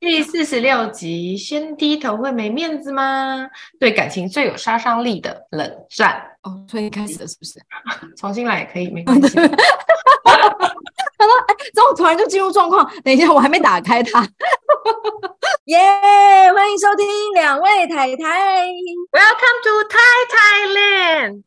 第46集，先低头会没面子吗？对感情最有杀伤力的冷战。 哦，所以开始了是不是？ 重新来也可以，没关系。 他说：“怎么突然就进入状况？等一下，我还没打开它。耶！欢迎收听两位太太。 Welcome to Thai Thailand。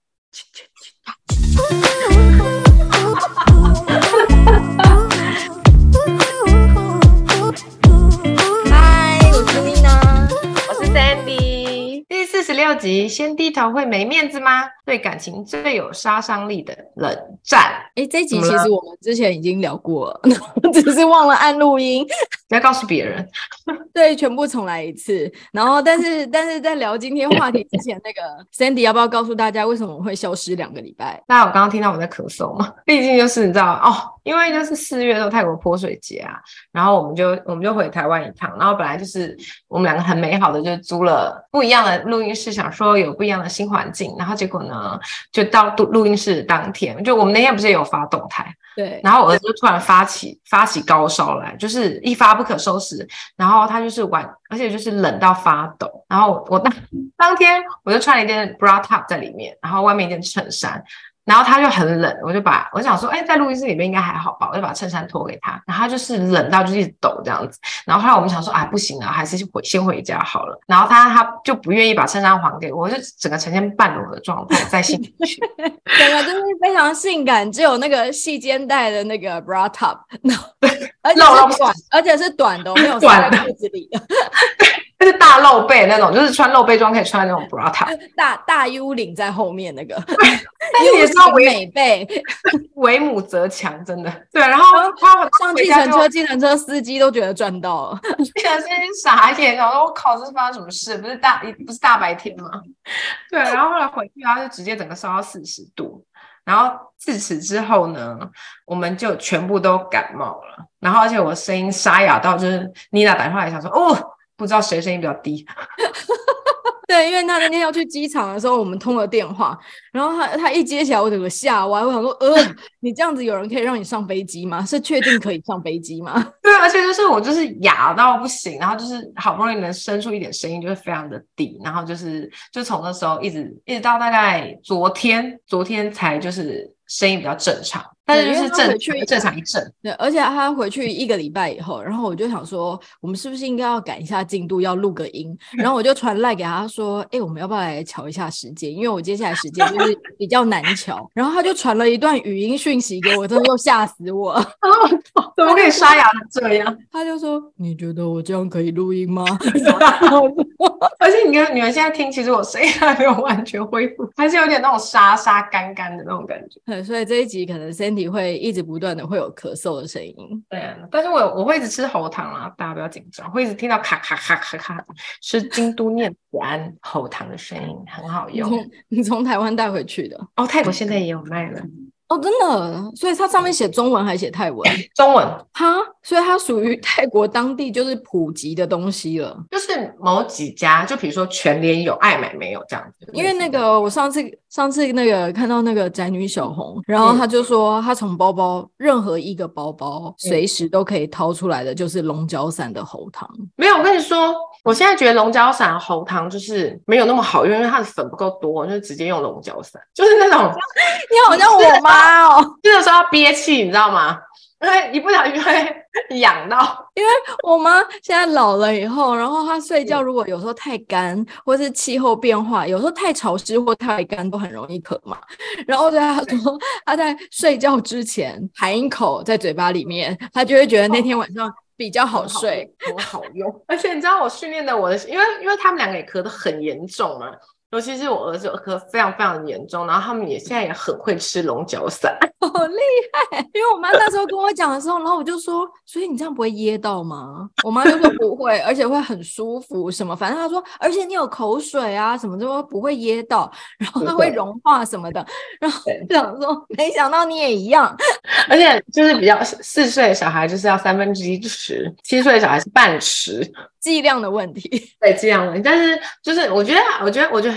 嗨，我是妮娜， 我是 Sandy。第46集，先低头会没面子吗？对感情最有杀伤力的冷战。 这一集其实我们之前已经聊过了，只是忘了按录音。 不要告诉别人。 对，全部重来一次。然后，但是在聊今天话题之前，那个 Sandy 要不要告诉大家为什么我会消失2个礼拜？ 大家有刚刚听到我在咳嗽吗？毕竟就是你知道哦，因为就是4月的泰国泼水节啊，然后我们就回台湾一趟，然后本来就是我们2个很美好的就租了不一样的录音室，想说有不一样的新环境，然后结果呢，就到录音室当天，就我们那天不是也有发动态。 对， 然后我儿子就突然发起高烧来，就是一发不可收拾，然后他就是而且就是冷到发抖。然后我当天我就穿了一件 bra top 在里面，然后外面一件衬衫，然后他就很冷，我想说，在录音室里面应该还好吧，我就把衬衫脱给他，然后他就是冷到就一直抖这样子。然后后来我们想说，不行啊，还是先回家好了。然后他就不愿意把衬衫还给我，就整个呈现半裸的状态在新区， 整个就是非常性感，只有那个细肩带的那个 bra top， 而且是短的，没有塞在裤子里的。 就是大露背那种，就是穿露背装可以穿的那种 bra top， 大 U 领在后面那个， 但是也知道美背， 为母则强，真的。对，然后他上计程车司机都觉得赚到了， 计程车傻眼，然后我靠，这是发生什么事？不是大白天吗？对，然后后来回去，他就直接整个烧到40度。然后自此之后呢，我们就全部都感冒了。然后而且我声音沙哑到，就是妮娜打电话来想说，不知道谁声音比较低。 对，因为他那天要去机场的时候，我们通了电话，然后他一接起来，我整个吓歪，我想说，你这样子有人可以让你上飞机吗？是确定可以上飞机吗？ 对，而且就是我就是哑到不行，然后就是好不容易能生出一点声音，就是非常的低，然后就从那时候一直到大概昨天才就是声音比较正常。但是就是正常一阵， 对，而且他回去1个礼拜以后，然后我就想说，我们是不是应该要赶一下进度，要录个音？然后我就传赖给他说，我们要不要来瞧一下时间？因为我接下来时间就是比较难瞧。然后他就传了一段语音讯息给我，真的又吓死我！ 怎么可以沙哑成这样？ 他就说：“你觉得我这样可以录音吗？” 而且你们现在听，其实我声音还没有完全恢复，还是有点那种沙干的那种感觉。 对，所以这一集可能 Sandy 会一直不断的会有咳嗽的声音。 对啊，但是我会一直吃喉糖啦，大家不要紧张，会一直听到咔咔咔咔咔，是京都念慈庵喉糖的声音，很好用。 你从台湾带回去的？ 哦，泰国现在也有卖了。 哦，真的？所以它上面写中文还写泰文？ 中文。 哈，所以它属于泰国当地就是普及的东西了。 就是某几家，就比如说全联有，爱买没有这样子。 因为那个我上次那个看到那个宅女小红，然后他就说他从任何一个包包随时都可以掏出来的就是龙角散的喉糖。没有，我跟你说，我现在觉得龙角散喉糖就是没有那么好用，因为它的粉不够多，我就直接用龙角散，就是那种你好像我妈哦， 这个时候要憋气，你知道吗？因为一不小心会痒到。 因为我妈现在老了以后，然后她睡觉如果有时候太干，或是气候变化，有时候太潮湿或太干都很容易咳嘛。然后对她说，她在睡觉之前含一口在嘴巴里面，她就会觉得那天晚上比较好睡， 很好用。而且你知道我训练的因为他们2个也咳得很严重嘛。尤其是我儿子咳非常非常的严重，然后他们现在也很会吃龙角散， 好厉害！因为我妈那时候跟我讲的时候，然后我就说，所以你这样不会噎到吗？我妈就说不会，而且会很舒服什么，反正她说，而且你有口水啊什么都不会噎到，然后它会融化什么的。然后想说，没想到你也一样， 而且就是比较4岁的小孩就是要1/3吃，7岁的小孩是半吃。 剂量的问题， 对，剂量问题。但是就是我觉得很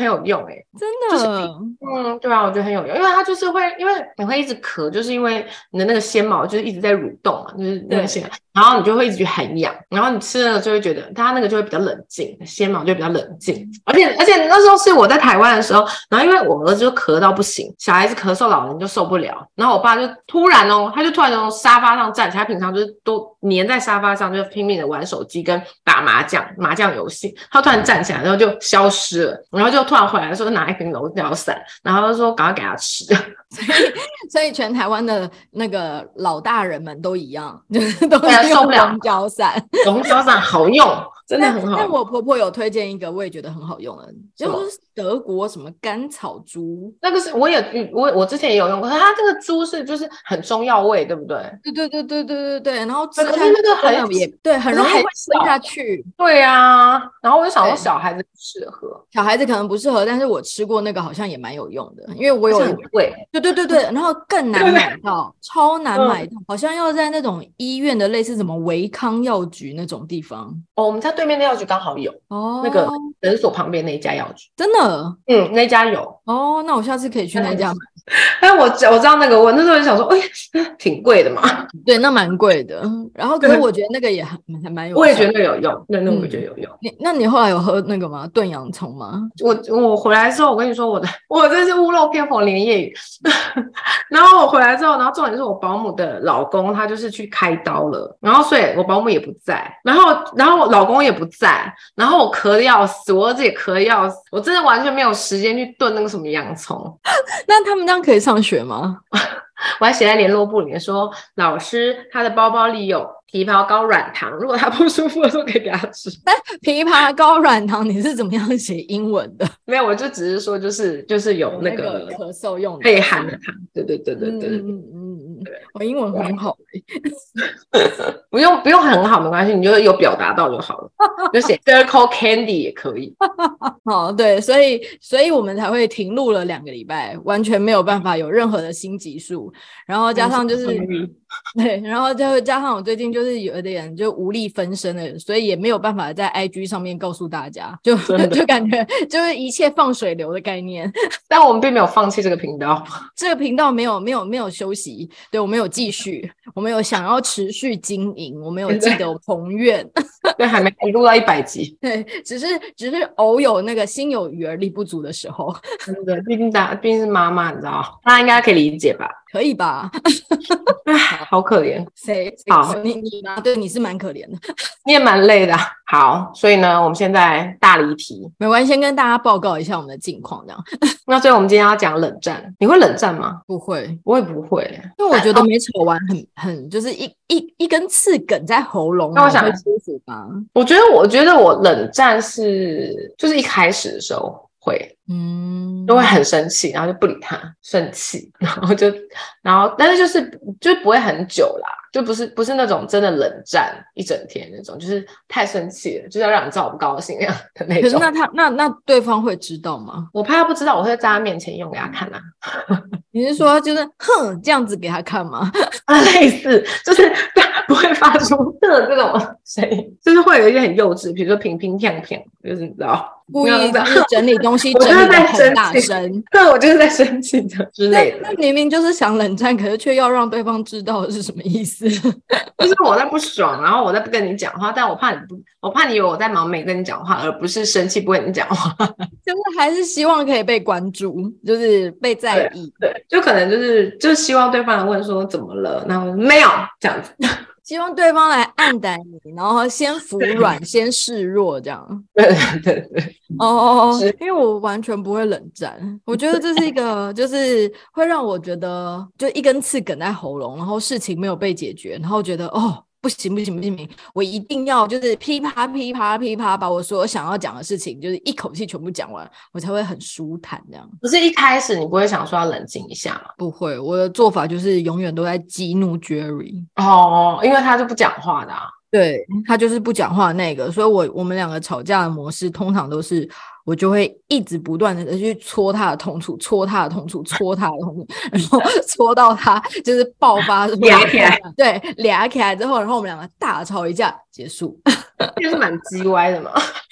有用真的。 对啊，我觉得很有用，因为它就是会，因为你会一直咳，就是因为你的那个纤毛就是一直在蠕动嘛，就是那个纤，然后你就会一直觉得很痒，然后你吃了就会觉得它那个就会比较冷静，纤毛就比较冷静，而且那时候是我在台湾的时候，然后因为我儿子就咳到不行，小孩子咳嗽，老人就受不了，然后我爸就突然从沙发上站起来，他平常就是都黏在沙发上，就拼命的玩手机跟打麻将游戏，他突然站起来，然后就消失了，然后就突然回来的时候拿一瓶龙角散，然后就说赶快给他吃。 所以全台湾的那个老大人们都一样，就是都受不了龙角散。 龙角散好用，真的很好用。 但我婆婆有推荐一个，我也觉得很好用的，就是德国什么甘草珠。 那个是我之前也有用过，可是它这个珠是就是很中药味，对不对？ 对，然后吃下去那个也对，很容易会吃下去。 对啊，然后我就想说小孩子不适合， 小孩子可能不适合，但是我吃过那个好像也蛮有用的，因为我有很贵。 对，然后更难买到，超难买到，好像要在那种医院的类似什么维康药局那种地方。 我们家对面的药局刚好有那个诊所旁边那一家药局， 真的， 那家有那我下次可以去那家买。 但我知道那个，我那时候就想说，挺贵的嘛。对， 那蛮贵的。然后可是我觉得那个也还蛮有用， 我也觉得那个有用，那我觉得有用。 那你后来有喝那个吗？炖洋葱吗？ 我回来之后，我跟你说，我真是屋漏偏逢连夜雨。然后我回来之后，然后重点是我保姆的老公他就是去开刀了，然后所以我保姆也不在，然后我老公也不在，然后我咳得要死，我儿子也咳得要死，我真的完全没有时间去炖那个什么洋葱。 那他们这样可以上学吗？ 我还写在联络簿里面说，老师他的包包里有枇杷膏软糖，如果他不舒服的时候可以给他吃。 但枇杷膏软糖你是怎么样写英文的？ 没有，我就只是说就是有那个咳嗽用的可以含的糖。对， 我英文很好不用很好没关系，你就有表达到就好了，就写 circle candy 也可以。 好，对，所以我们才会停录了2个礼拜，完全没有办法有任何的新集数，然后加上就是对，然后就加上我最近就是有点就无力分身了，所以也没有办法在 IG 上面告诉大家，就感觉就是一切放水流的概念。 但我们并没有放弃这个频道， 这个频道没有休息，对，我们有继续，我们有想要持续经营，我们有记得宏愿。 对，还没录到100集。 对，只是偶有那个心有余而力不足的时候。 真的，毕竟是妈妈，你知道，大家应该可以理解吧？ 可以吧？ 好可怜。 谁？ 好， 你吗？对，你是蛮可怜的， 你也蛮累的。好，所以呢，我们现在大离题， 没关系，先跟大家报告一下我们的近况，这样。 那所以我们今天要讲冷战，你会冷战吗？ 不会， 我也不会， 因为我觉得没吵完很就是一根刺梗在喉咙， 那我想会舒服吧？我觉得我冷战就是一开始的时候会。就会很生气，然后就不理他，生气，然后但是就不会很久啦，就不是那种真的冷战一整天那种，就是太生气了，就是要让你知道我不高兴那样的那种。 可是那对方会知道吗？ 我怕他不知道，我会在他面前用给他看啊。 你是说就是哼这样子给他看吗？ 类似，就是不会发出这种声音，就是会有一些很幼稚，比如说平平跳跳，就是你知道。 故意就是整理东西，整理的很大声。 对，我就是在生气的之类的。 那明明就是想冷战，可是却要让对方知道是什么意思？ 就是我在不爽，然后我在不跟你讲话，但我怕你以为我在忙没跟你讲话，而不是生气不跟你讲话。 就是还是希望可以被关注，就是被在意。 对，就可能就是希望对方来问说怎么了，然后没有这样子。 希望对方来暗逮你，然后先服软，先示弱，这样。 对。 因为我完全不会冷战，我觉得这是一个就是会让我觉得就一根刺梗在喉咙，然后事情没有被解决，然后觉得不行，我一定要就是噼啪把我所有想要讲的事情就是一口气全部讲完，我才会很舒坦这样。 可是一开始你不会想说要冷静一下吗？ 不会，我的做法就是永远都在激怒 Jerry。 因为他就不讲话的啊。 对，他就是不讲话那个，所以我们两个吵架的模式通常都是我就会一直不断的去戳他的痛处，然后戳到他就是爆发俩起来， 对，俩起来之后，然后我们两个大吵一架结束。 就是蛮鸡歪的嘛。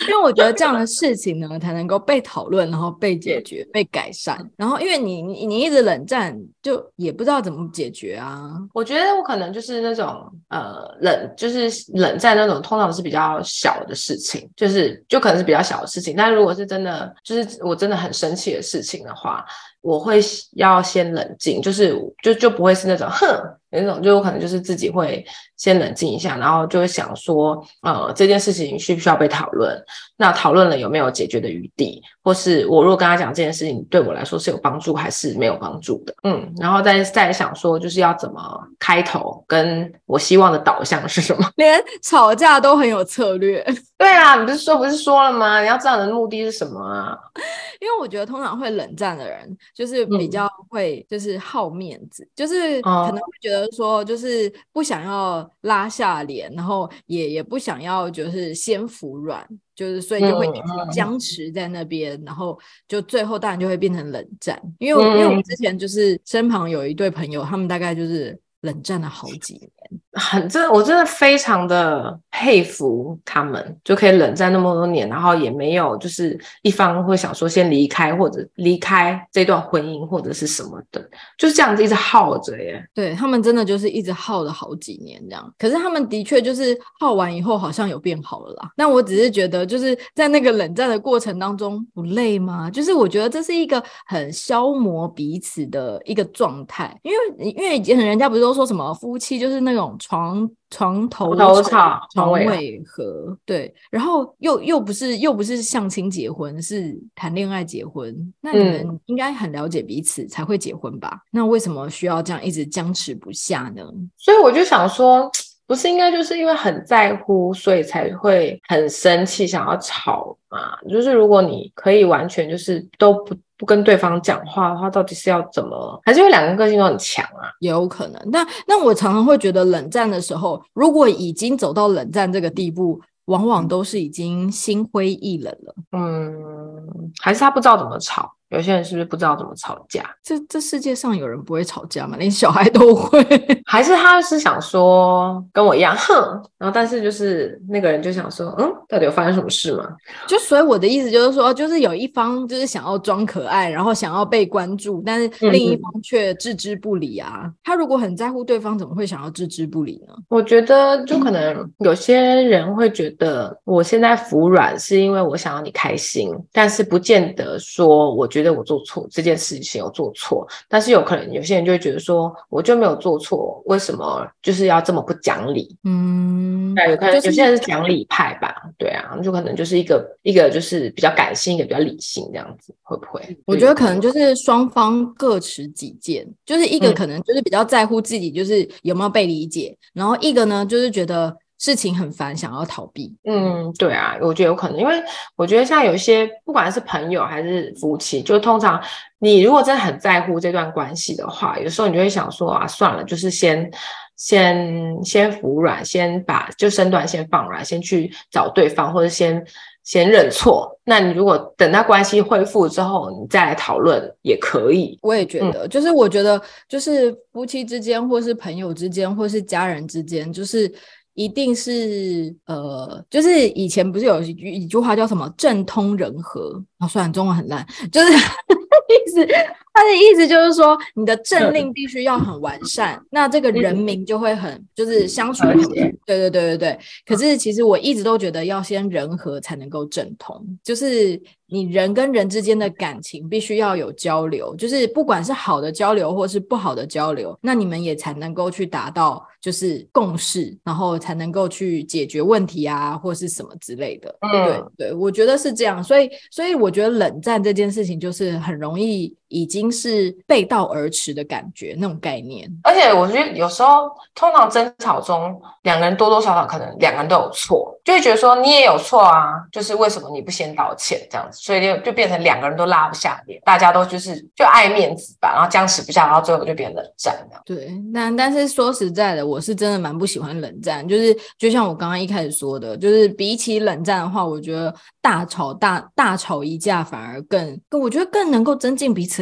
因为我觉得这样的事情呢才能够被讨论，然后被解决被改善，然后因为你一直冷战就也不知道怎么解决啊。 我觉得我可能就是那种就是冷战那种通常是比较小的事情，就可能是比较小的事情，但如果是真的就是我真的很生气的事情的话，我会要先冷静，就不会是那种哼有那种，就我可能就是自己会先冷静一下，然后就会想说这件事情需不需要被讨论，那讨论了有没有解决的余地，或是我如果跟他讲这件事情对我来说是有帮助还是没有帮助的，然后再想说就是要怎么开头，跟我希望的导向是什么。 连吵架都很有策略。 对啊，你不是说了吗？你要知道你的目的是什么啊？ 因为我觉得通常会冷战的人就是比较会就是好面子，就是可能会觉得说就是不想要拉下脸，然后也不想要就是先服软，就是所以就会一直僵持在那边，然后就最后当然就会变成冷战。因为我之前就是身旁有一对朋友，他们大概就是冷战了好几年。 我真的非常的佩服他们，就可以冷战那么多年，然后也没有就是一方会想说先离开，或者离开这段婚姻或者是什么的，就是这样子一直耗着耶。 对，他们真的就是一直耗了好几年这样，可是他们的确就是耗完以后好像有变好了啦。那我只是觉得就是在那个冷战的过程当中不累吗？就是我觉得这是一个很消磨彼此的一个状态，因为人家不是都说什么夫妻就是那种床头吵床尾和，对，然后又不是相亲结婚，是谈恋爱结婚，那你们应该很了解彼此才会结婚吧？那为什么需要这样一直僵持不下呢？ 所以我就想说，不是应该就是因为很在乎，所以才会很生气，想要吵嘛？就是如果你可以完全就是都不跟对方讲话的话，到底是要怎么？还是因为两个个性都很强啊？ 也有可能。但我常常会觉得，冷战的时候，如果已经走到冷战这个地步，往往都是已经心灰意冷了。 还是他不知道怎么吵。有些人是不是不知道怎么吵架？ 这世界上有人不会吵架吗？连小孩都会。 还是他是想说跟我一样哼，然后但是就是那个人就想说到底有发生什么事吗？ 就所以我的意思就是说，就是有一方就是想要装可爱，然后想要被关注，但是另一方却置之不理啊。他如果很在乎对方，怎么会想要置之不理呢？ 我觉得就可能有些人会觉得我现在服软是因为我想要你开心，但是不见得说我觉得我做错这件事情有做错，但是有可能有些人就会觉得说我就没有做错，为什么就是要这么不讲理？对，有可能有些人是讲理派吧，对啊，就可能就是一个就是比较感性，一个比较理性这样子，会不会？ 我觉得可能就是双方各持己见，就是一个可能就是比较在乎自己就是有没有被理解，然后一个呢就是觉得事情很烦，想要逃避。 对啊，我觉得有可能，因为我觉得像有一些不管是朋友还是夫妻，就通常你如果真的很在乎这段关系的话，有时候你就会想说啊，算了，就是先服软，先把就身段先放软，先去找对方，或者先认错。那你如果等到关系恢复之后，你再来讨论也可以。 我也觉得，就是我觉得，就是夫妻之间，或是朋友之间，或是家人之间，就是一定是就是以前不是有一句话叫什么“政通人和”虽然中文很烂，就是他的意思就是说，你的政令必须要很完善，那这个人民就会很就是相处很对。可是其实我一直都觉得要先人和才能够政通，就是你人跟人之间的感情必须要有交流，就是不管是好的交流或是不好的交流，那你们也才能够去达到就是共识，然后才能够去解决问题啊或是什么之类的。对，我觉得是这样，所以我觉得冷战这件事情就是很容易已经是背道而驰的感觉，那种概念。 而且我觉得有时候通常争吵中两个人多多少少可能两个人都有错，就会觉得说你也有错啊，就是为什么你不先道歉这样子，所以就变成两个人都拉不下脸，大家都就爱面子吧，然后僵持不下，然后最后就变冷战这样。 对，但是说实在的，我是真的蛮不喜欢冷战，就是就像我刚刚一开始说的，就是比起冷战的话，我觉得大吵一架反而更我觉得更能够增进彼此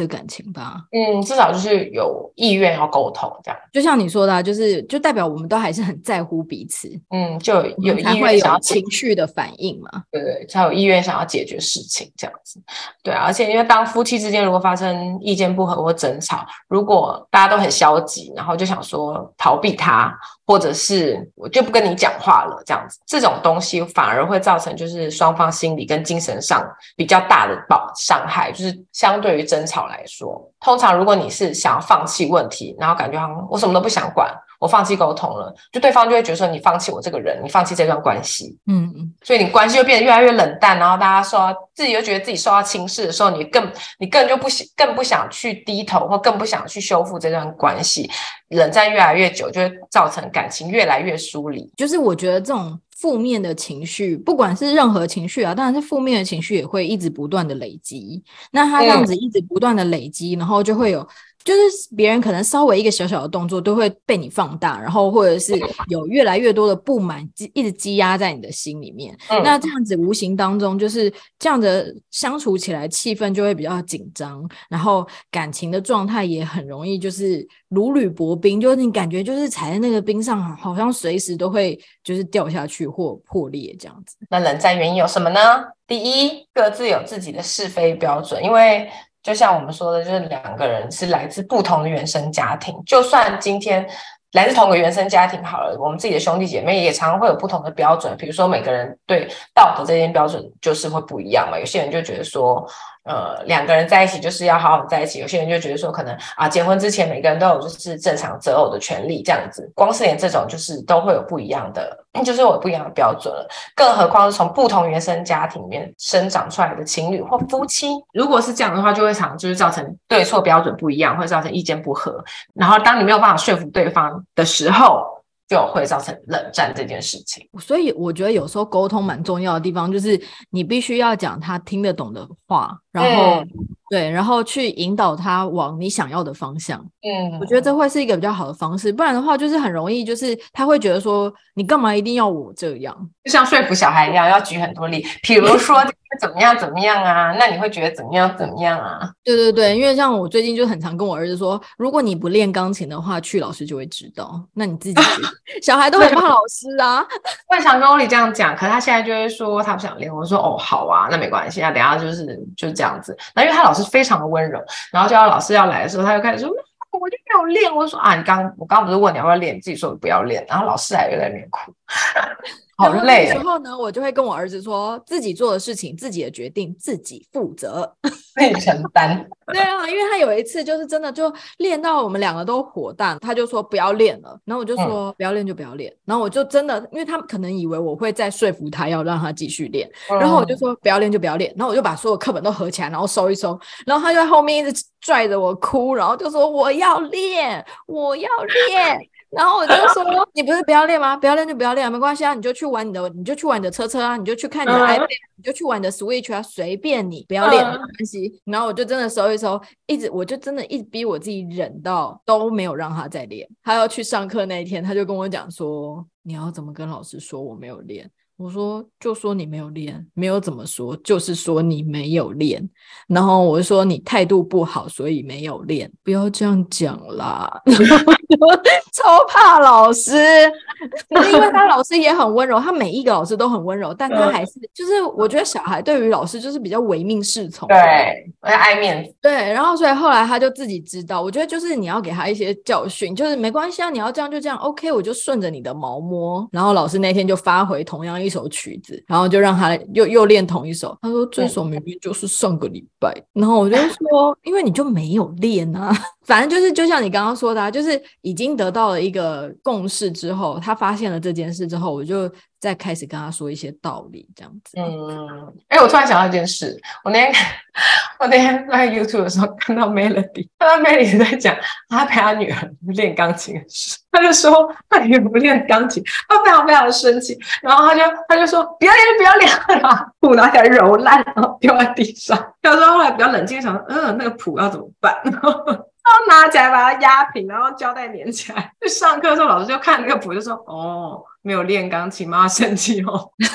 的感情吧。 至少就是有意愿要沟通这样。 就像你说的就代表我们都还是很在乎彼此， 就有意才会有愿想要情绪的反应嘛。 对，才有意愿想要解决事情这样子。对啊，而且因为当夫妻之间如果发生意见不合或争吵，如果大家都很消极，然后就想说逃避他，或者是我就不跟你讲话了这样子，这种东西反而会造成就是双方心理跟精神上比较大的伤害，就是相对于争吵来说，通常如果你是想要放弃问题，然后感觉好像我什么都不想管，我放弃沟通了，就对方就会觉得说你放弃我这个人，你放弃这段关系，所以你关系就变得越来越冷淡，然后大家自己就觉得自己受到轻视的时候，你更就更不想去低头，或更不想去修复这段关系，冷战越来越久，就会造成感情越来越疏离。 就是我觉得这种负面的情绪，不管是任何情绪啊，当然是负面的情绪也会一直不断的累积。那它这样子一直不断的累积，然后就会有就是别人可能稍微一个小小的动作都会被你放大，然后或者是有越来越多的不满一直积压在你的心里面。那这样子无形当中就是这样的相处起来气氛就会比较紧张，然后感情的状态也很容易就是如履薄冰，就是你感觉就是踩在那个冰上好像随时都会就是掉下去或破裂这样子。 那冷战原因有什么呢？第一，各自有自己的是非标准，因为就像我们说的，就是两个人是来自不同的原生家庭，就算今天来自同个原生家庭好了，我们自己的兄弟姐妹也常常会有不同的标准，比如说每个人对道德这些标准就是会不一样嘛。有些人就觉得说两个人在一起就是要好好在一起，有些人就觉得说可能结婚之前每个人都有就是正常择偶的权利这样子，光是连这种就是都会有不一样的，就是有不一样的标准了，更何况是从不同原生家庭里面生长出来的情侣或夫妻，如果是这样的话，就会就是造成对错标准不一样，会造成意见不合，然后当你没有办法说服对方的时候，就会造成冷战这件事情。 所以我觉得有时候沟通蛮重要的地方就是你必须要讲他听得懂的话，然后对，然后去引导他往你想要的方向。我觉得这会是一个比较好的方式，不然的话就是很容易就是他会觉得说你干嘛一定要我这样， 就像说服小孩一样，要举很多例，比如说怎么样怎么样啊，那你会觉得怎么样怎么样啊。 对对对，因为像我最近就很常跟我儿子说，如果你不练钢琴的话，去老师就会知道，那你自己决定。小孩都很怕老师啊。 我也常跟欧里这样讲，可是他现在就会说他不想练，我说哦好啊，那没关系，那等一下就是这样子。那因为他老师非常的温柔，然后叫老师要来的时候，他就开始说我就没有练，我说我刚不是问你要不要练，你自己说不要练，然后老师还有在那边哭。好累。 然后那时候呢，我就会跟我儿子说，自己做的事情，自己的决定，自己负责， 自己承担。 对啊，因为他有一次就是真的就练到我们两个都火大，他就说不要练了，然后我就说不要练就不要练，然后我就真的，因为他可能以为我会再说服他要让他继续练，然后我就说不要练就不要练，然后我就把所有课本都合起来，然后收一收，然后他就在后面一直拽着我哭，然后就说我要练，我要练。然后我就说你不是不要练吗？不要练就不要练，没关系啊，你就去玩你的车车啊，你就去看你的 iPad，你就去玩你的 Switch 啊，随便你，不要练没关系。然后我就真的收一收，我就真的一直逼我自己忍到都没有让他再练。他要去上课那一天，他就跟我讲说，你要怎么跟老师说我没有练？我说就说你没有练，没有怎么说，就是说你没有练。然后我就说你态度不好，所以没有练，不要这样讲啦。超怕老师，因为他老师也很温柔，他每一个老师都很温柔，但他还是就是我觉得小孩对于老师就是比较唯命是从， 对，我要爱面子。 对，然后所以后来他就自己知道，我觉得就是你要给他一些教训，就是没关系啊，你要这样就这样 OK， 我就顺着你的毛摸。然后老师那天就发回同样一首曲子，然后就让他又练同一首，他说这首明明就是上个礼拜，然后我就说因为你就没有练啊。反正就是就像你刚刚说的啊，就是已经得到了一个共识之后，他发现了这件事之后，我就再开始跟他说一些道理这样子。 我突然想到一件事，我那天在 YouTube 的时候看到 Melody 在讲他陪他女儿练钢琴的事，他就说他女儿不练钢琴，他非常非常的生气，然后他就说不要练就不要练啦，谱拿起来揉烂，然后丢在地上。他说后来比较冷静想那个谱要怎么办，然后拿起来把它压平，然后胶带粘起来。去上课的时候，老师就看那个谱就说没有练钢琴吗？生气哦。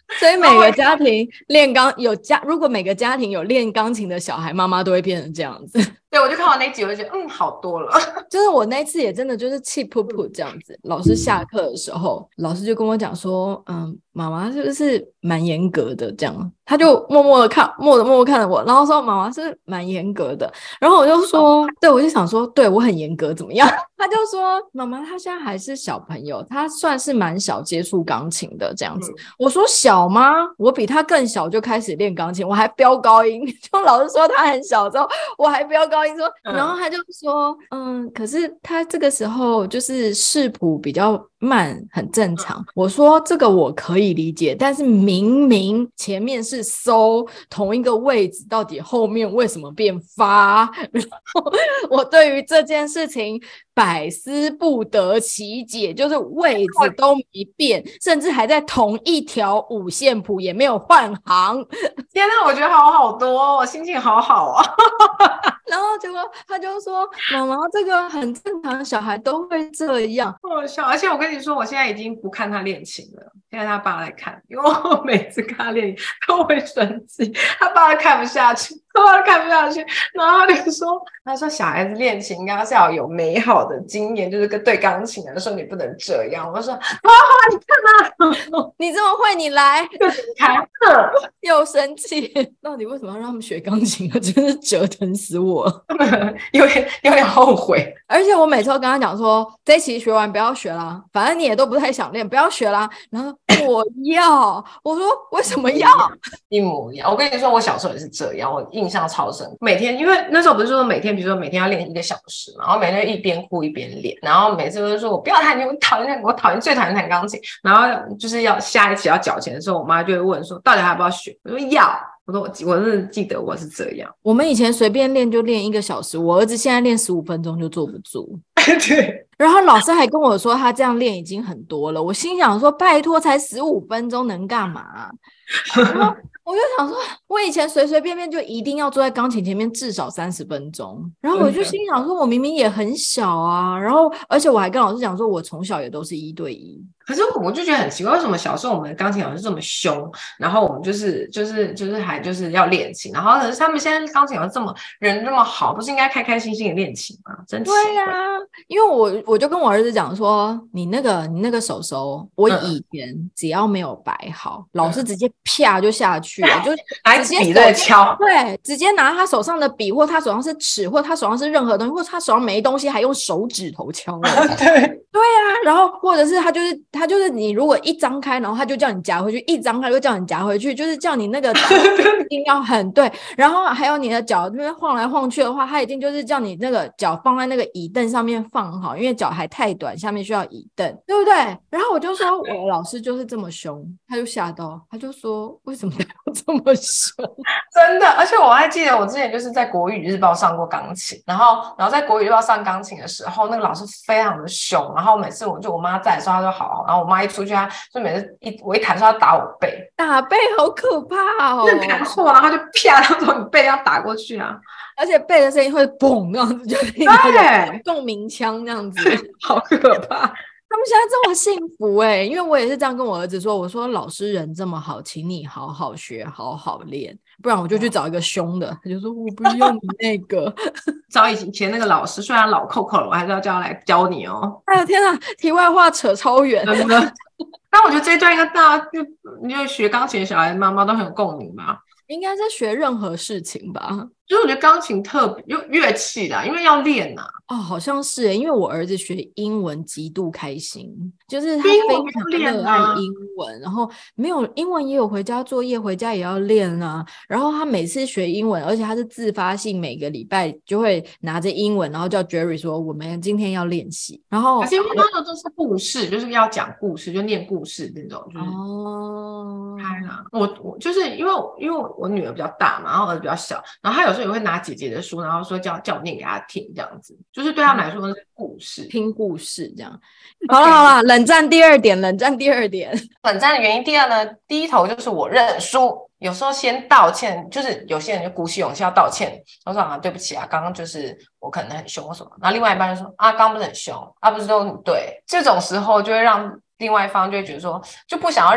所以每个家庭如果每个家庭有练钢琴的小孩，妈妈都会变成这样子。 对，我就看完那集，我就觉得好多了。 就是我那次也真的就是气噗噗这样子。老师下课的时候，老师就跟我讲说，妈妈是不是蛮严格的这样？他就默默看着我，然后说妈妈是蛮严格的。然后我就说，对，我就想说，对我很严格怎么样？他就说妈妈她现在还是小朋友，她算是蛮小接触钢琴的这样子。我说小吗？我比她更小就开始练钢琴，我还飙高音。就老师说她很小之后，我还飙高音说，然后他就说可是他这个时候就是视谱比较慢，很正常。我说这个我可以理解，但是明明前面是收同一个位置，到底后面为什么变发？然后我对于这件事情百思不得其解，就是位置都没变，甚至还在同一条五线谱，也没有换行。 天哪，我觉得好多哦，我心情好好啊。 然后结果他就说妈妈这个很正常，小孩都会这样。 好笑。而且我跟你说，我现在已经不看他练琴了，现在他爸来看，因为我每次看他练琴都会生气，他爸看不下去，然后他说小孩子练琴应该是要有美好的经验，就是跟对钢琴的时候你不能这样。我说你看啊， 你这么会你来就离开又生气，到底为什么要让他们学钢琴啊？真是折腾死我。 有点后悔。 而且我每次都跟他讲说，这一期学完不要学啦，反正你也都不太想练，不要学啦。然后我要，我说为什么要？ 一模一样。我跟你说，我小时候也是这样，我印象超深。每天，因为那时候不是说每天，比如说每天要练1个小时嘛，然后每天一边哭一边练，然后每次都是说我不要弹琴，我最讨厌弹钢琴。然后就是要下一期要缴钱的时候，我妈就会问说，到底还要不要学？我说要。我真的记得我是这样。 我们以前随便练就练1个小时，我儿子现在练15分钟就坐不住。 对。 然后老师还跟我说他这样练已经很多了，我心想说拜托才15分钟能干嘛？然后我就想说，我以前随随便便就一定要坐在钢琴前面至少30分钟，然后我就心想说我明明也很小啊，然后而且我还跟老师讲说我从小也都是1对1。 可是我就觉得很奇怪，为什么小时候我们的钢琴老师这么凶，然后我们就是还就是要练琴，然后可是他们现在钢琴老师人这么好，不是应该开开心心的练琴吗？真奇怪。 对啊，因为我就跟我儿子讲说，你那个手，我以前只要没有摆好，老师直接啪就下去了，就拿笔在敲， 对，直接拿他手上的笔，或他手上是尺，或他手上是任何东西，或他手上没东西，还用手指头敲。对啊，然后或者是他就是你如果一张开，然后他就叫你夹回去，一张开就叫你夹回去，就是叫你那个一定要很对。然后还有你的脚那边晃来晃去的话，他一定就是叫你那个脚放在那个椅凳上面放好，因为脚还太短，下面需要椅凳，对不对？然后我就说我的老师就是这么凶，他就吓到，他就说为什么他要这么凶？ 真的。而且我还记得我之前就是在国语日报上过钢琴，然后在国语日报上钢琴的时候，那个老师非常的凶，然后每次我妈在的时候他就好，然后我妈一出去他就每次我一弹说他打我背， 打背好可怕哦， 那弹错然后他就啪，他从你背要打过去啊， 而且背的声音会嘣那样子，就是对， 共鸣腔那样子， 好可怕。 他们现在这么幸福因为我也是这样跟我儿子说，我说老师人这么好，请你好好学，好好练，不然我就去找一个凶的。他就说我不要你那个。 找以前那个老师，虽然老扣扣了，我还是要叫他来教你哦。 哎呦天哪，题外话扯超远。 真的。但我觉得这一段应该大家就学钢琴的小孩妈妈都很有共鸣吧。 应该在学任何事情吧， 就是我觉得钢琴特别乐器啦，因为要练啊。 好像是因为我儿子学英文极度开心，就是他非常热爱英文，然后没有英文也有回家作业，回家也要练啊。然后他每次学英文，而且他是自发性，每个礼拜就会拿着英文，然后叫 Jerry 说我们今天要练习。然后可是因为那个都是故事，就是要讲故事，就念故事那种，就是开啦。我就是因为我女儿比较大嘛，然后儿子比较小，然后他有时候也会拿姐姐的书，然后说叫我念给他听，这样子，就是对他们来说是故事， 听故事这样。好了，冷战第二点。冷战的原因第二呢，第一头就是我认输。有时候先道歉，就是有些人就鼓起勇气要道歉，我说对不起啊，刚刚就是我可能很凶或什么，然后另外一半就说刚刚不是很凶不是都很对，这种时候就会让另外一方就会觉得说就不想要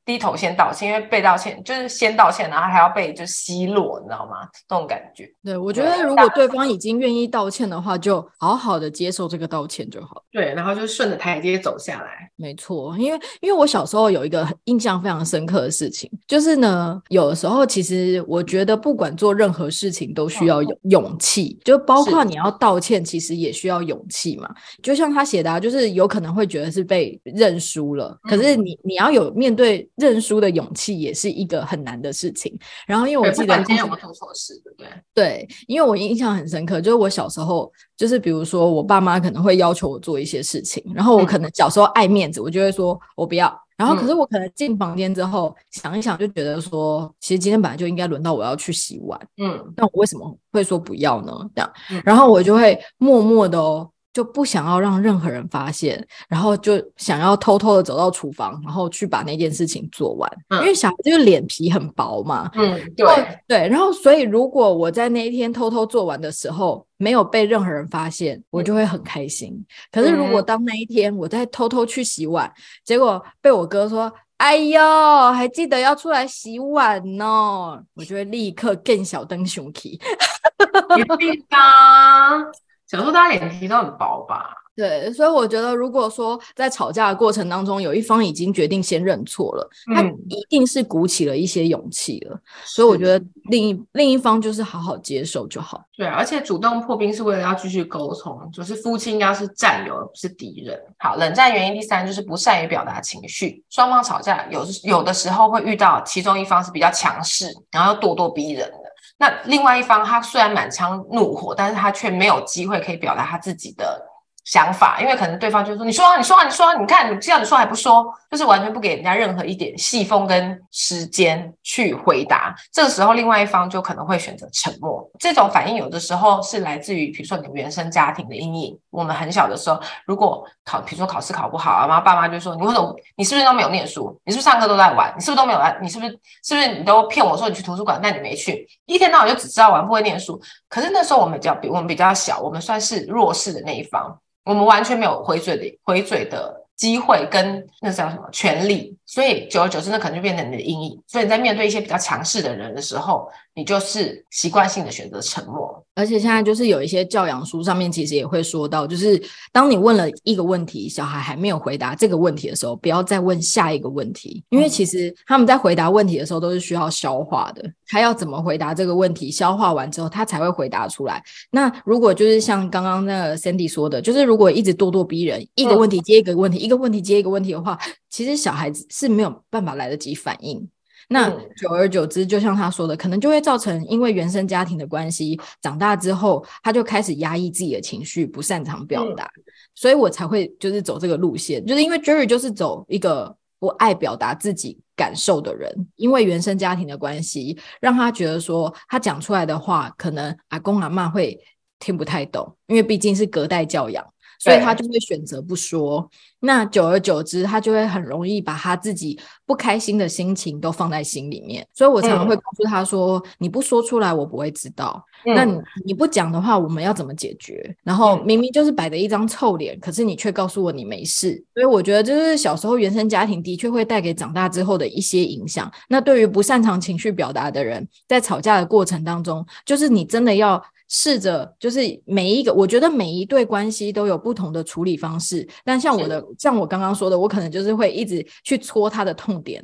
低头先道歉，因为被道歉就是先道歉，然后还要被就奚落，你知道吗？这种感觉。 对，我觉得如果对方已经愿意道歉的话，就好好的接受这个道歉就好。 对，然后就顺着台阶走下来。 没错，因为我小时候有一个印象非常深刻的事情，就是呢，有的时候其实我觉得不管做任何事情都需要有勇气，就包括你要道歉，其实也需要勇气嘛。就像他写的就是有可能会觉得是被认输了，可是你要有面对认输的勇气，也是一个很难的事情。然后因为我记得今天有没有做错事，对不对？ 对，因为我印象很深刻，就是我小时候，就是比如说我爸妈可能会要求我做一些事情，然后我可能小时候爱面子，我就会说我不要。然后可是我可能进房间之后想一想，就觉得说，其实今天本来就应该轮到我要去洗碗，但我为什么会说不要呢？这样，然后我就会默默的就不想要让任何人发现，然后就想要偷偷的走到厨房，然后去把那件事情做完，因为小孩就是脸皮很薄嘛。对，然后所以如果我在那一天偷偷做完的时候没有被任何人发现，我就会很开心。可是如果当那一天我在偷偷去洗碗，结果被我哥说哎呦还记得要出来洗碗哦，我就会立刻更小灯熊气。 一定啊，小时候大家脸皮都很薄吧。 对，所以我觉得如果说在吵架的过程当中有一方已经决定先认错了，他一定是鼓起了一些勇气了，所以我觉得另一方就是好好接受就好。 对，而且主动破冰是为了要继续沟通，就是夫妻应该是战友而不是敌人。好，冷战原因第三就是不善于表达情绪，双方吵架有的时候会遇到其中一方是比较强势，然后又咄咄逼人的，那另外一方他虽然满腔怒火，但是他却没有机会可以表达他自己的想法，因为可能对方就说你说啊，你看你这样你说还不说，就是完全不给人家任何一点戏风跟时间去回答。这个时候另外一方就可能会选择沉默。这种反应有的时候是来自于比如说你的原生家庭的阴影。我们很小的时候，如果比如说考试考不好啊，然后爸妈就说你为什么你是不是都没有念书？你是不是上课都在玩？你是不是都没有来？你是不是你都骗我说你去图书馆，但你没去，一天到晚就只知道玩不会念书。可是那时候我们比较小，我们算是弱势的那一方。我们完全没有回嘴的机会跟那叫什么权利，所以久而久之那可能就变成你的阴影。所以你在面对一些比较强势的人的时候，你就是习惯性的选择沉默。 而且现在就是有一些教养书上面其实也会说到，就是当你问了一个问题，小孩还没有回答这个问题的时候，不要再问下一个问题，因为其实他们在回答问题的时候都是需要消化的，他要怎么回答这个问题，消化完之后他才会回答出来。那如果就是像刚刚那个 Sandy 说的，就是如果一直咄咄逼人，一个问题接一个问题，一个问题接一个问题的话，其实小孩子是没有办法来得及反应。那久而久之，就像他说的，可能就会造成因为原生家庭的关系，长大之后他就开始压抑自己的情绪，不擅长表达。所以我才会就是走这个路线，就是因为 Jerry 就是走一个不爱表达自己感受的人，因为原生家庭的关系，让他觉得说他讲出来的话可能阿公阿嬷会听不太懂，因为毕竟是隔代教养，所以他就会选择不说。那久而久之他就会很容易把他自己不开心的心情都放在心里面，所以我常常会告诉他说你不说出来我不会知道，那你不讲的话我们要怎么解决，然后明明就是摆着一张臭脸，可是你却告诉我你没事。所以我觉得就是小时候原生家庭的确会带给长大之后的一些影响。那对于不擅长情绪表达的人，在吵架的过程当中，就是你真的要试着，就是我觉得每一对关系都有不同的处理方式，但像我刚刚说的，我可能就是会一直去戳他的痛点，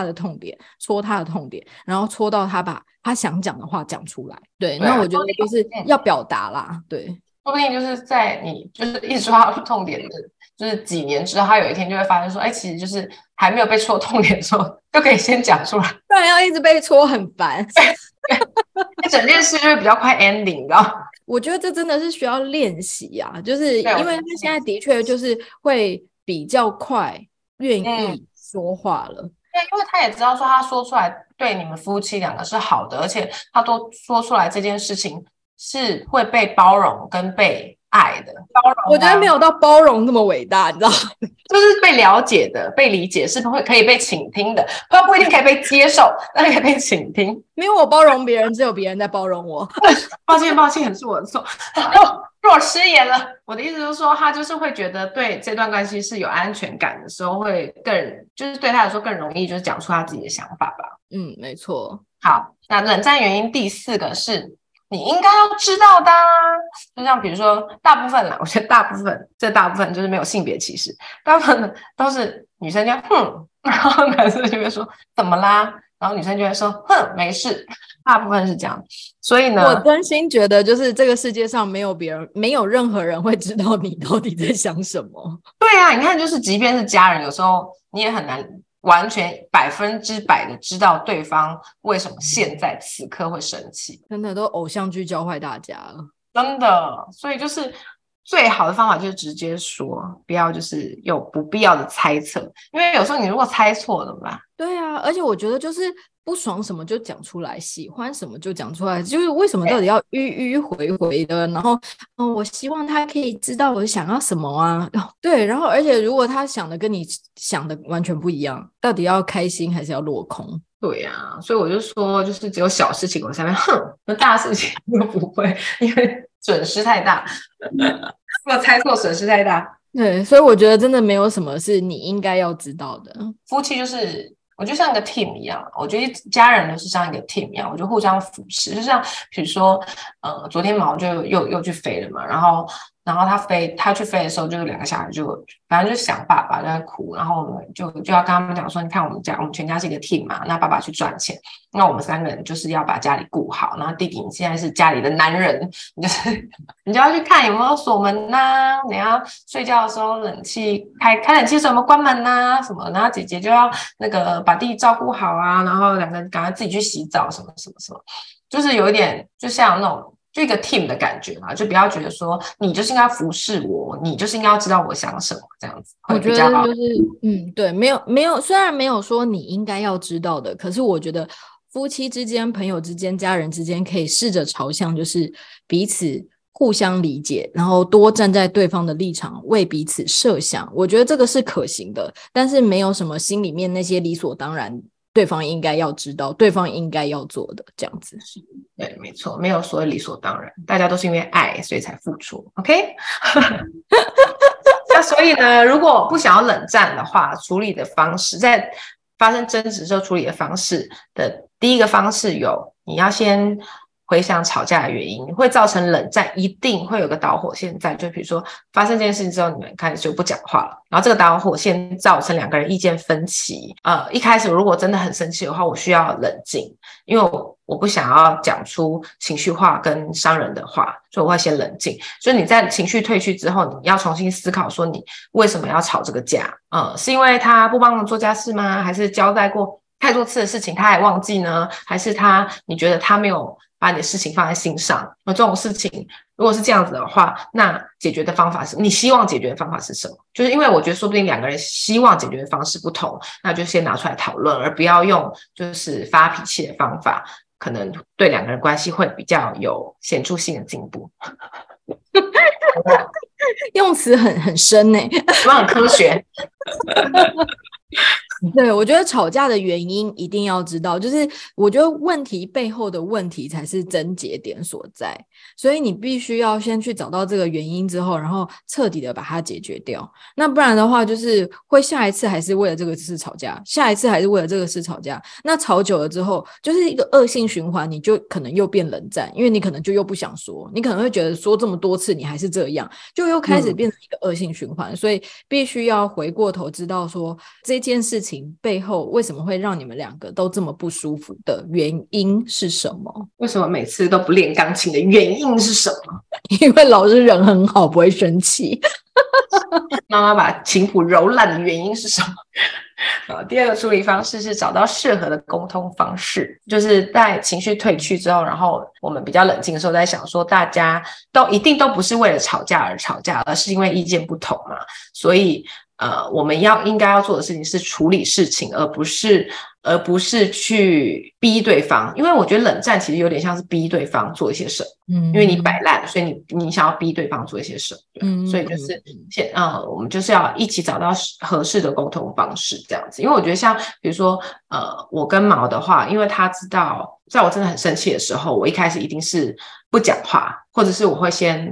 然后戳到他把他想讲的话讲出来。对，那我觉得就是要表达啦。对， 说不定就是在你就是一直戳他痛点的就是几年之后，他有一天就会发现说其实就是还没有被戳痛点的时候就可以先讲出来， 不然要一直被戳很烦。 整件事就会比较快 ending 的。 我觉得这真的是需要练习啊，就是因为他现在的确就是会比较快愿意说话了。 对，因为他也知道说他说出来对你们夫妻两个是好的，而且他都说出来这件事情是会被包容跟被爱的。包容我觉得没有到包容那么伟大，你知道就是被了解的被理解，是可以被倾听的，他不一定可以被接受，但可以被倾听。 因为我包容别人，只有别人在包容我。 抱歉是我的错。 若失言了。我的意思就是说，他就是会觉得对这段关系是有安全感的时候，会更就是对他来说更容易就是讲出他自己的想法吧。 没错。 好，那冷战原因第4个是你应该要知道的就像比如说大部分啦，我觉得大部分就是没有性别歧视，大部分都是女生就然后男生就会说怎么啦，然后女生就会说没事，大部分是这样。所以呢， 我真心觉得就是这个世界上没有任何人会知道你到底在想什么。 对啊，你看就是即便是家人，有时候你也很难完全100%的知道对方为什么现在此刻会生气， 真的都偶像剧教坏大家了， 真的。所以就是最好的方法就是直接说，不要就是有不必要的猜测，因为有时候你如果猜错了吧。 对啊，而且我觉得就是不爽什么就讲出来，喜欢什么就讲出来，就是为什么到底要迂回的，然后我希望他可以知道我想要什么啊。对，然后而且如果他想的跟你想的完全不一样，到底要开心还是要落空？ 对啊，所以我就说就是只有小事情我才会那大事情都不会，因为损失太大如果猜错损失太大。 对，所以我觉得真的没有什么是你应该要知道的。 夫妻就是我觉得像一个 team 一样，我觉得家人就是像一个 team 一样，我就互相扶持。就像比如说昨天毛就又去飞了嘛，然后他去飞的时候，就是2个小孩就反正就想爸爸在哭，然后我们就要跟他们讲说，你看我们全家是一个 team 嘛，那爸爸去赚钱，那我们3个人就是要把家里顾好，然后弟弟你现在是家里的男人，你就要去看有没有锁门啊，你要睡觉的时候冷气开冷气的时候有没有关门啊什么，然后姐姐就要那个把弟弟照顾好啊，然后2个人赶快自己去洗澡什么什么什么，就是有一点就像那种就一个 team 的感觉嘛，就不要觉得说你就是应该服侍我，你就是应该要知道我想什么，这样子会比较好。 我觉得就是对，没有，虽然没有说你应该要知道的，可是我觉得夫妻之间、朋友之间、家人之间可以试着朝向就是彼此互相理解，然后多站在对方的立场为彼此设想，我觉得这个是可行的，但是没有什么心里面那些理所当然对方应该要知道，对方应该要做的这样子。 对，没错，没有所谓理所当然，大家都是因为爱所以才付出 OK 那所以呢，如果不想要冷战的话，处理的方式在发生争执之后处理的方式的第一个方式有，你要先回想吵架的原因，会造成冷战，一定会有个导火线在，就比如说发生这件事情之后，你们开始就不讲话了，然后这个导火线造成2个人意见分歧。一开始如果真的很生气的话，我需要冷静，因为我不想要讲出情绪化跟伤人的话，所以我会先冷静。所以你在情绪退去之后，你要重新思考说你为什么要吵这个架？是因为他不帮忙做家事吗？还是交代过太多次的事情他还忘记呢？还是你觉得他没有把你的事情放在心上？这种事情如果是这样子的话，那解决的方法是你希望解决的方法是什么？就是因为我觉得说不定2个人希望解决的方式不同，那就先拿出来讨论，而不要用就是发脾气的方法，可能对2个人关系会比较有显著性的进步。 用词很深欸， 我很科学对，我觉得吵架的原因一定要知道，就是我觉得问题背后的问题才是症结点所在，所以你必须要先去找到这个原因之后，然后彻底的把它解决掉，那不然的话就是会下一次还是为了这个事吵架，下一次还是为了这个事吵架，那吵久了之后就是一个恶性循环，你就可能又变冷战，因为你可能就又不想说，你可能会觉得说这么多次你还是这样，就又开始变成一个恶性循环，所以必须要回过头知道说这件事情背后为什么会让你们2个都这么不舒服的原因是什么？ 为什么每次都不练钢琴的原因是什么？ 因为老师人很好，不会生气。 妈妈把琴谱揉烂的原因是什么？第2个处理方式是找到适合的沟通方式，就是在情绪退去之后，然后我们比较冷静的时候，在想说大家一定都不是为了吵架而吵架，而是因为意见不同嘛，所以我们应该要做的事情是处理事情，而不是去逼对方，因为我觉得冷战其实有点像是逼对方做一些什么，因为你摆烂，所以你想要逼对方做一些什么，所以就是我们就是要一起找到合适的沟通方式这样子。因为我觉得像比如说我跟毛的话，因为他知道在我真的很生气的时候，我一开始一定是不讲话，或者是我会先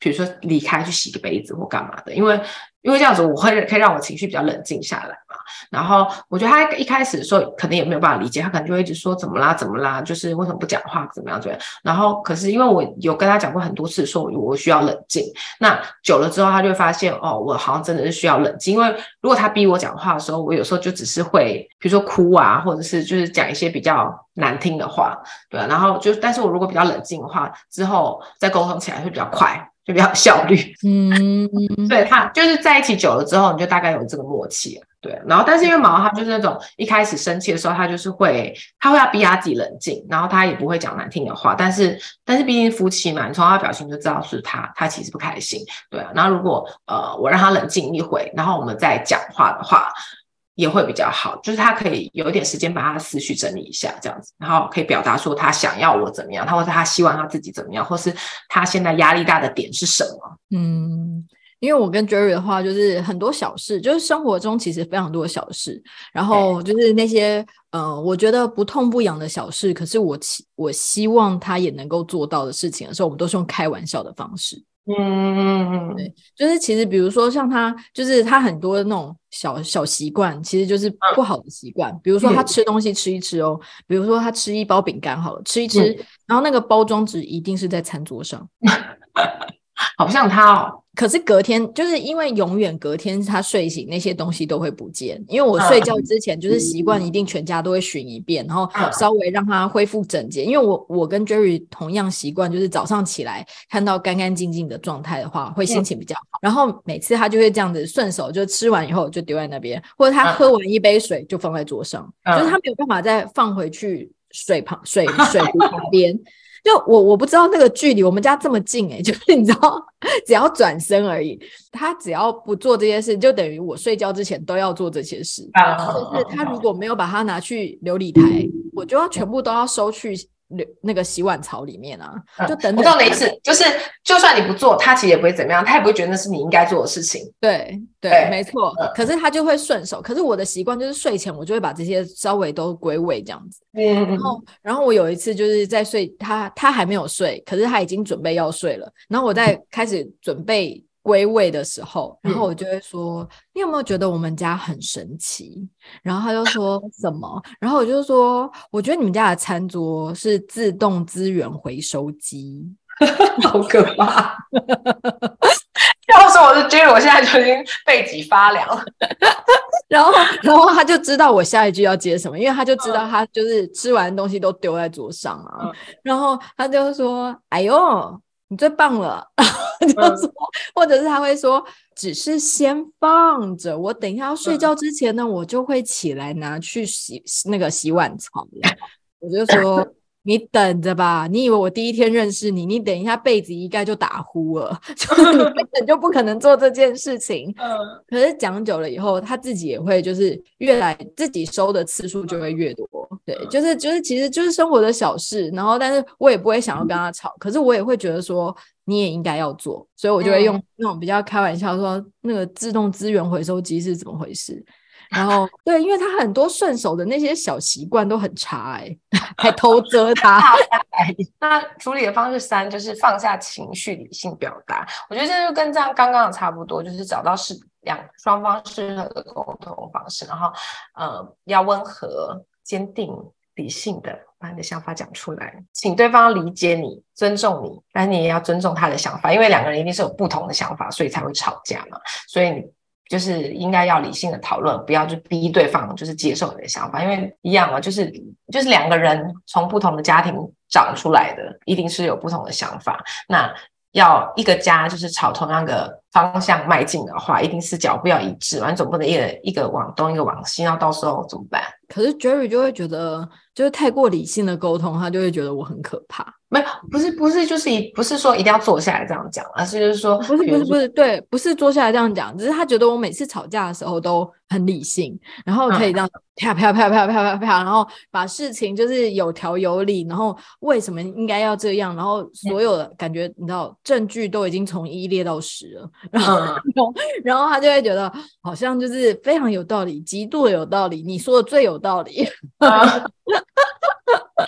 比如说离开去洗个杯子或干嘛的，因为这样子我可以让我情绪比较冷静下来嘛。然后我觉得他一开始的时候可能也没有办法理解，他可能就会一直说怎么啦，就是为什么不讲话，怎么样。然后可是因为我有跟他讲过很多次说我需要冷静，那久了之后他就会发现我好像真的是需要冷静。因为如果他逼我讲话的时候，我有时候就只是会比如说哭啊，或者是就是讲一些比较难听的话，对啊，然后但是我如果比较冷静的话，之后再沟通起来会比较快，就比较有效率。对，他就是在一起久了之后，你就大概有这个默契了。对，然后但是因为毛他就是那种一开始生气的时候，他就是他会要逼他自己冷静，然后他也不会讲难听的话，但是毕竟夫妻嘛，你从他表情就知道是他其实不开心。对啊，然后如果我让他冷静一回，然后我们再讲话的话也会比较好，就是他可以有一点时间把他的思绪整理一下这样子，然后可以表达说他想要我怎么样，或者他希望他自己怎么样，或是他现在压力大的点是什么。 因为我跟 Jerry 的话就是很多小事，就是生活中其实非常多的小事，然后就是那些我觉得不痛不痒的小事，可是我希望他也能够做到的事情的时候，我们都是用开玩笑的方式。对，就是其实比如说像他，就是他很多那种小习惯，其实就是不好的习惯。比如说他吃东西吃一吃哦，比如说他吃一包饼干好了，吃一吃，然后那个包装纸一定是在餐桌上。 好像他哦。 可是隔天就是因为永远隔天他睡醒那些东西都会不见，因为我睡觉之前就是习惯一定全家都会巡一遍，然后稍微让他恢复整洁。因为我跟 Jerry 同样习惯，就是早上起来看到干干净净的状态的话会心情比较好。然后每次他就会这样子顺手就吃完以后就丢在那边，或者他喝完一杯水就放在桌上，就是他没有办法再放回去水壶旁边。就我不知道那个距离，我们家这么近就是你知道只要转身而已，他只要不做这些事，就等于我睡觉之前都要做这些事。就是他如果没有把它拿去流理台，我就要全部都要收去那个洗碗槽里面啊，就等等。 我懂你的意思，就是就算你不做，他其实也不会怎么样，他也不会觉得那是你应该做的事情。 对，没错。可是他就会顺手。可是我的习惯就是睡前我就会把这些稍微都归位这样子。然后我有一次就是在睡，他还没有睡，可是他已经准备要睡了。然后我在开始准备归位的时候，然后我就会说你有没有觉得我们家很神奇？然后他就说什么？然后我就说我觉得你们家的餐桌是自动资源回收机。 好可怕。要是我是 Jerry， 我现在就已经背脊发凉了。 然后他就知道我下一句要接什么，因为他就知道他就是吃完东西都丢在桌上啊。然后他就说哎呦你最棒了。就说或者是他会说只是先放着，我等一下要睡觉之前呢，我就会起来拿去那个洗碗槽了。我就说你等着吧，你以为我第一天认识你，你等一下被子一盖就打呼了，就是你根本就不可能做这件事情。可是讲久了以后，他自己也会就是越来自己收的次数就会越多。对，就是其实就是生活的小事，然后但是我也不会想要跟他吵，可是我也会觉得说你也应该要做，所以我就会用那种比较开玩笑说那个自动资源回收机是怎么回事。然后对，因为他很多顺手的那些小习惯都很差还偷遮他。 那处理的方式3就是放下情绪，理性表达。我觉得这就跟这样刚刚的差不多，就是找到双方适合的沟通方式，然后要温和、坚定、理性的把你的想法讲出来，请对方理解你、尊重你，但你也要尊重他的想法，因为两个人一定是有不同的想法，所以才会吵架嘛。所以你就是应该要理性的讨论，不要就逼对方就是接受你的想法，因为一样嘛，就是两个人从不同的家庭长出来的，一定是有不同的想法。那要一个家就是朝同样的方向迈进的话，一定是脚步要一致嘛，你总不能一个往东一个往西，那到时候怎么办？ 可是 Jerry 就会觉得就是太过理性的沟通，他就会觉得我很可怕。 没有，不是就是不是说一定要坐下来这样讲，而是就是说不是对，不是坐下来这样讲，只是他觉得我每次吵架的时候都很理性，然后可以这样啪啪啪啪啪啪啪，然后把事情就是有条有理，然后为什么应该要这样，然后所有的感觉你知道证据都已经从1列到10了，然后他就会觉得好像就是非常有道理，极度的有道理，你说的最有道理。 那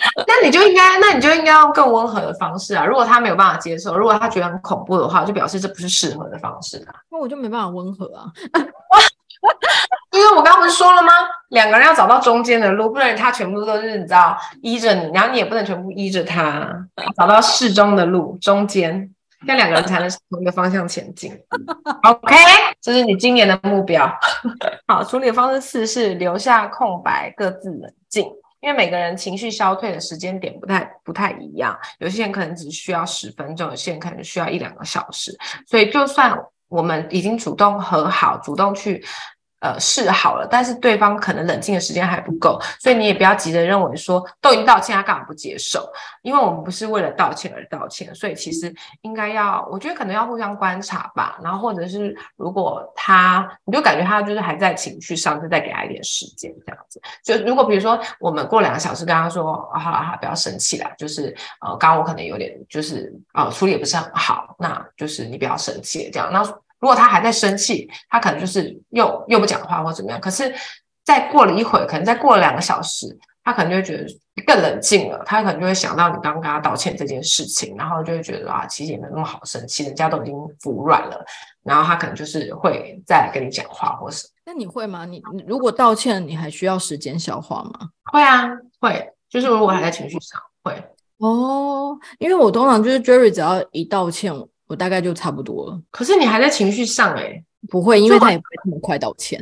你就应该用更温和的方式啊。如果他没有办法接受，如果他觉得很恐怖的话，就表示这不是适合的方式啊。 那我就没办法温和啊。 因为我刚刚不是说了吗？两个人要找到中间的路，不然他全部都是你知道依着你，然后你也不能全部依着他，找到适中的路，中间，这样两个人才能同一个方向前进。OK， 这是你今年的目标。好，处理的方式4是留下空白，各自冷静。因为每个人情绪消退的时间点不太一样，有些人可能只需要10分钟，有些人可能需要1-2个小时。所以就算我们已经主动和好，主动去示好了，但是对方可能冷静的时间还不够，所以你也不要急着认为说都已经道歉，他干嘛不接受？因为我们不是为了道歉而道歉，所以其实应该我觉得可能要互相观察吧，然后或者是如果你就感觉他就是还在情绪上，就再给他一点时间这样子。就如果比如说我们过2个小时跟他说，好啦，不要生气啦，就是刚刚我可能有点就是处理也不是很好，那就是你不要生气这样。那如果他还在生气，他可能就是又不讲话或怎么样，可是再过了一会儿，可能再过了2个小时，他可能就会觉得更冷静了，他可能就会想到你刚刚跟他道歉这件事情，然后就会觉得其实也没那么好生气，人家都已经服软了，然后他可能就是会再来跟你讲话或什么。 那你会吗？你如果道歉，你还需要时间消化吗？ 会啊，会，就是如果还在情绪上会。 因为我通常就是 Jerry 只要一道歉，我大概就差不多了。 可是你还在情绪上不会，因为他也不会这么快道歉。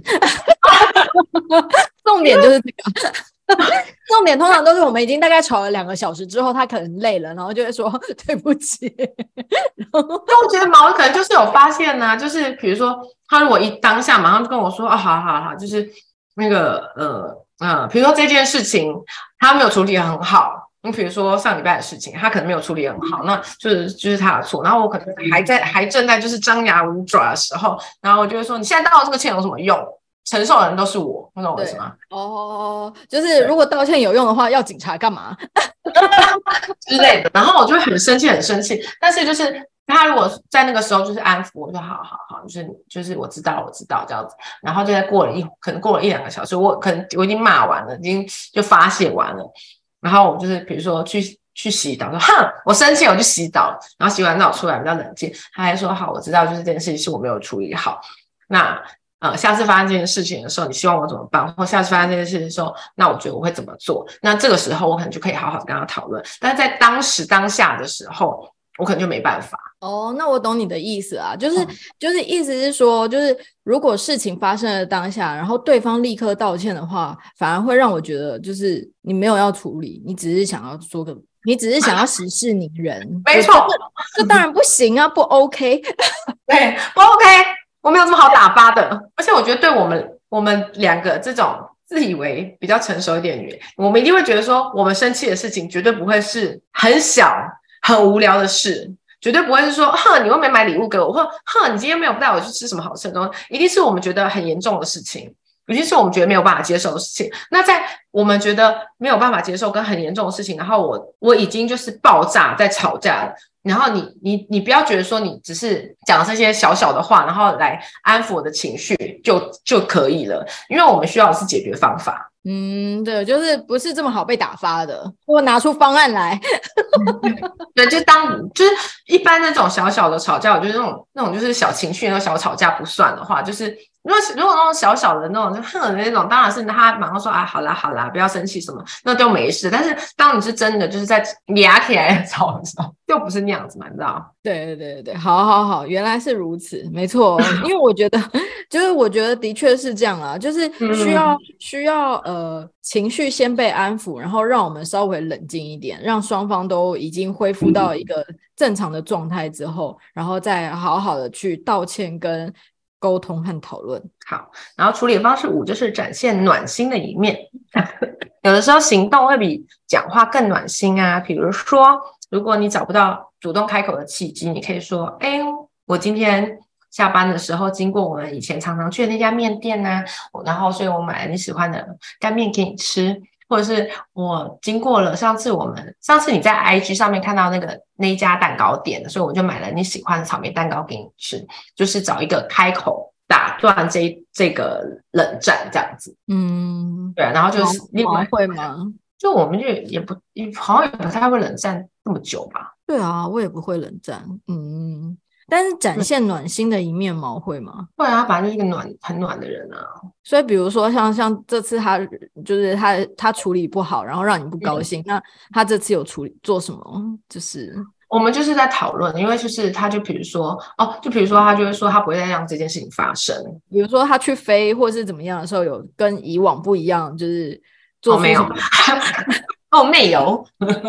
重点就是这个。重点通常都是我们已经大概吵了2个小时之后，他可能累了，然后就会说对不起。 但我觉得毛可能就是有发现啊，就是比如说他如果当下马上就跟我说好，就是那个比如说这件事情他没有处理很好。你比如说上礼拜的事情，他可能没有处理很好，那就是他的错。然后我可能还正在就是张牙舞爪的时候，然后我就会说：“你现在道这个歉有什么用？承受的人都是我，你懂我意思吗？” 就是如果道歉有用的话，要警察干嘛之类的。然后我就会很生气。但是就是他如果在那个时候就是安抚我，说好，就是我知道这样子。然后就在可能过了1-2个小时，我已经骂完了，已经就发泄完了。然后我就是比如说去洗澡，说我生气，我去洗澡，然后洗完澡出来比较冷静。他还说好，我知道就是这件事情是我没有处理好。那下次发生这件事情的时候，你希望我怎么办？或下次发生这件事情的时候，那我觉得我会怎么做？那这个时候我可能就可以好好的跟他讨论。但是在当下的时候，我可能就没办法。 那我懂你的意思啊，就是意思是说，就是如果事情发生了当下，然后对方立刻道歉的话，反而会让我觉得就是你没有要处理，你只是想要你只是想要息事宁人。 没错， 这当然不行啊，不 OK。 对，不 OK， 我没有这么好打发的。而且我觉得对我们2个这种自以为比较成熟一点的人，我们一定会觉得说，我们生气的事情绝对不会是很小很无聊的事，绝对不会是说你又没买礼物给我，或你今天没有带我去吃什么好吃的东西，一定是我们觉得很严重的事情，一定是我们觉得没有办法接受的事情。那在我们觉得没有办法接受跟很严重的事情，然后我已经就是爆炸在吵架了，然后你不要觉得说你只是讲这些小小的话，然后来安抚我的情绪就可以了，因为我们需要的是解决方法。 对，就是不是这么好被打发的，我拿出方案来。 对，就是一般那种小小的吵架，我觉得那种就是小情绪，那种小吵架不算的话，就是如果那种小小的那种就的那种，当然是他马上说好啦，不要生气什么，那就没事。但是当你是真的就是在压起来吵的时候，就不是那样子嘛，你知道？ 对，好，原来是如此，没错。因为我觉得就是我觉得的确是这样啦，就是需要情绪先被安抚，然后让我们稍微冷静一点，让双方都已经恢复到一个正常的状态之后，然后再好好的去道歉跟沟通和讨论。 好，然后处理方式5就是展现暖心的一面。有的时候行动会比讲话更暖心啊，比如说如果你找不到主动开口的契机，你可以说我今天下班的时候经过我们以前常常去的那家面店啊，然后所以我买了你喜欢的干面给你吃，或者是我经过了上次你在 IG 上面看到那一家蛋糕店，所以我就买了你喜欢的草莓蛋糕给你吃，就是找一个开口打断这个冷战这样子。 对， 然后就是毛会吗？ 就我们就好像也不太会冷战这么久吧。 对啊，我也不会冷战，但是展现暖心的一面吗？会吗？ 对啊，他本来就是一个很暖的人啊。 所以比如说像这次他就是他处理不好，然后让你不高兴，那他这次有做什么？就是我们就是在讨论，因为就是他就比如说他就会说他不会再让这件事情发生。 比如说他去飞或是怎么样的时候，有跟以往不一样，就是做出没有没有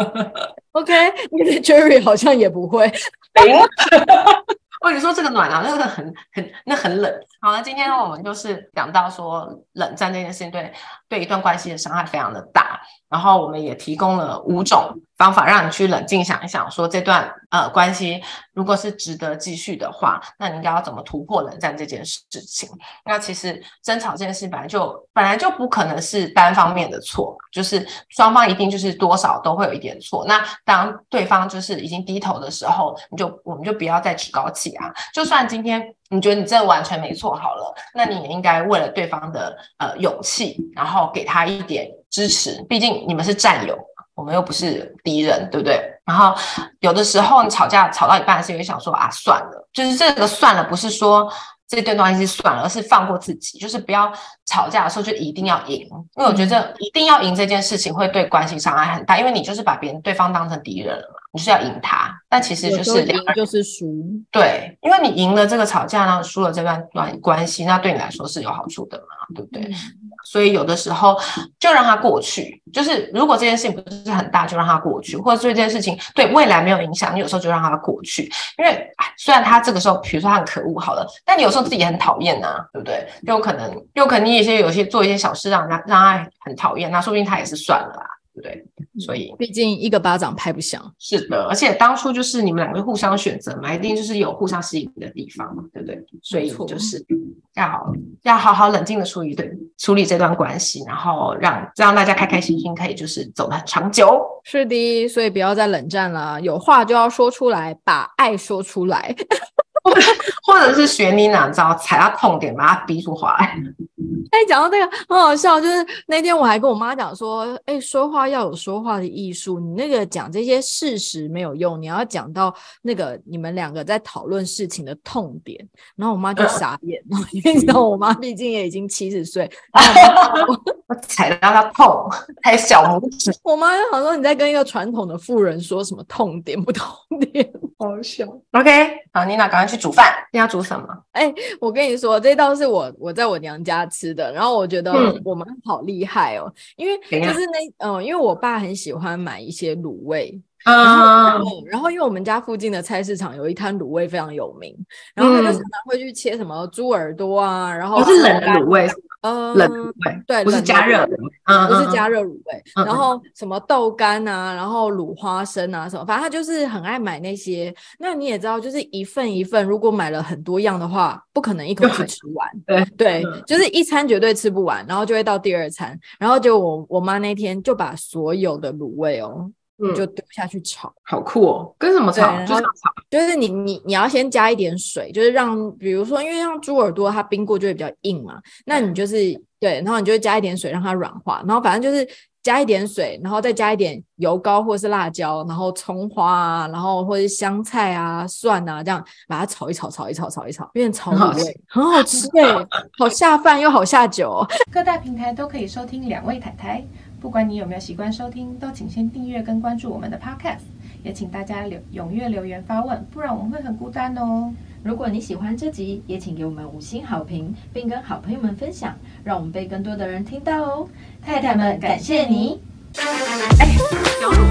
OK， 你的 Jerry 好像也不会。 我跟你说这个暖啊，那个很冷。好了，今天我们就是讲到说冷战这件事情对一段关系的伤害非常的大，然后我们也提供了5种方法让你去冷静想一想，说这段关系如果是值得继续的话，那你应该要怎么突破冷战这件事情。那其实争吵这件事本来就不可能是单方面的错，就是双方一定就是多少都会有一点错。那当对方就是已经低头的时候，我们就不要再趾高气扬。就算今天你觉得你真的完全没错好了，那你也应该为了对方的勇气，然后给他一点支持，毕竟你们是战友，我们又不是敌人，对不对？然后有的时候你吵架吵到一半的时候，也想说啊算了，就是这个算了，不是说这段关系算了，而是放过自己，就是不要吵架的时候就一定要赢，因为我觉得一定要赢这件事情会对关系伤害很大，因为你就是把对方当成敌人了嘛，你就是要赢他，但其实就是赢就是输。 对，因为你赢了这个吵架，然后输了这段关系，那对你来说是有好处的嘛，对不对？所以有的时候就让它过去，就是如果这件事情不是很大，就让它过去，或者对这件事情对未来没有影响，你有时候就让它过去。因为虽然他这个时候，比如说他很可恶好了，但你有时候自己也很讨厌啊，对不对？有可能你有些做一些小事让他很讨厌，那说不定他也是算了啊，对不对？所以毕竟一个巴掌拍不响。 是的，而且当初就是你们两个互相选择嘛，一定就是有互相吸引的地方嘛，对不对？所以就是要好好冷静的处理这段关系，然后让大家开开心心，可以就是走得很长久。 是的，所以不要再冷战了，有话就要说出来，把爱说出来。 或者是学你哪招，踩到痛点，把它逼出话来。 讲到这个很好笑，就是那天我还跟我妈讲说，说话要有说话的艺术，你那个讲这些事实没有用，你要讲到那个你们两个在讨论事情的痛点。然后我妈就傻眼，因为你知道我妈毕竟也已经70岁， 我踩到她痛，还有小拇指。 我妈就想说你在跟一个传统的妇人说什么痛点不痛点，好笑。 OK， 好，妮娜赶快去煮饭，你要煮什么？ 我跟你说，这道是我在我娘家吃的，然后我觉得我妈好厉害哦，因为就是因为我爸很喜欢买一些卤味。然后因为我们家附近的菜市场有一摊卤味非常有名，然后他就常常会去切什么猪耳朵啊，然后是冷的卤味，冷卤味，对，不是加热的， 不是加热卤味，然后什么豆干啊，然后卤花生啊什么，反正他就是很爱买那些。那你也知道，就是一份一份，如果买了很多样的话，不可能一口气吃完，对，就是一餐绝对吃不完，然后就会到第二餐，然后就我妈那天就把所有的卤味就丢下去炒。 好酷哦！跟什么炒？ 就是你要先加一点水，就是比如说因为像猪耳朵它冰过就会比较硬嘛，那你就是对，然后你就会加一点水让它软化，然后反正就是加一点水，然后再加一点油膏或是辣椒，然后葱花啊，然后或是香菜啊、蒜啊，这样把它炒一炒，变成炒卤味，很好吃好下饭又好下酒各大平台都可以收听两位太太。不管你有没有习惯收听，都请先订阅跟关注我们的 Podcast， 也请大家踊跃留言发问，不然我们会很孤单哦。 如果你喜欢这集，也请给我们5星好评，并跟好朋友们分享，让我们被更多的人听到哦。太太们，感谢你！ 小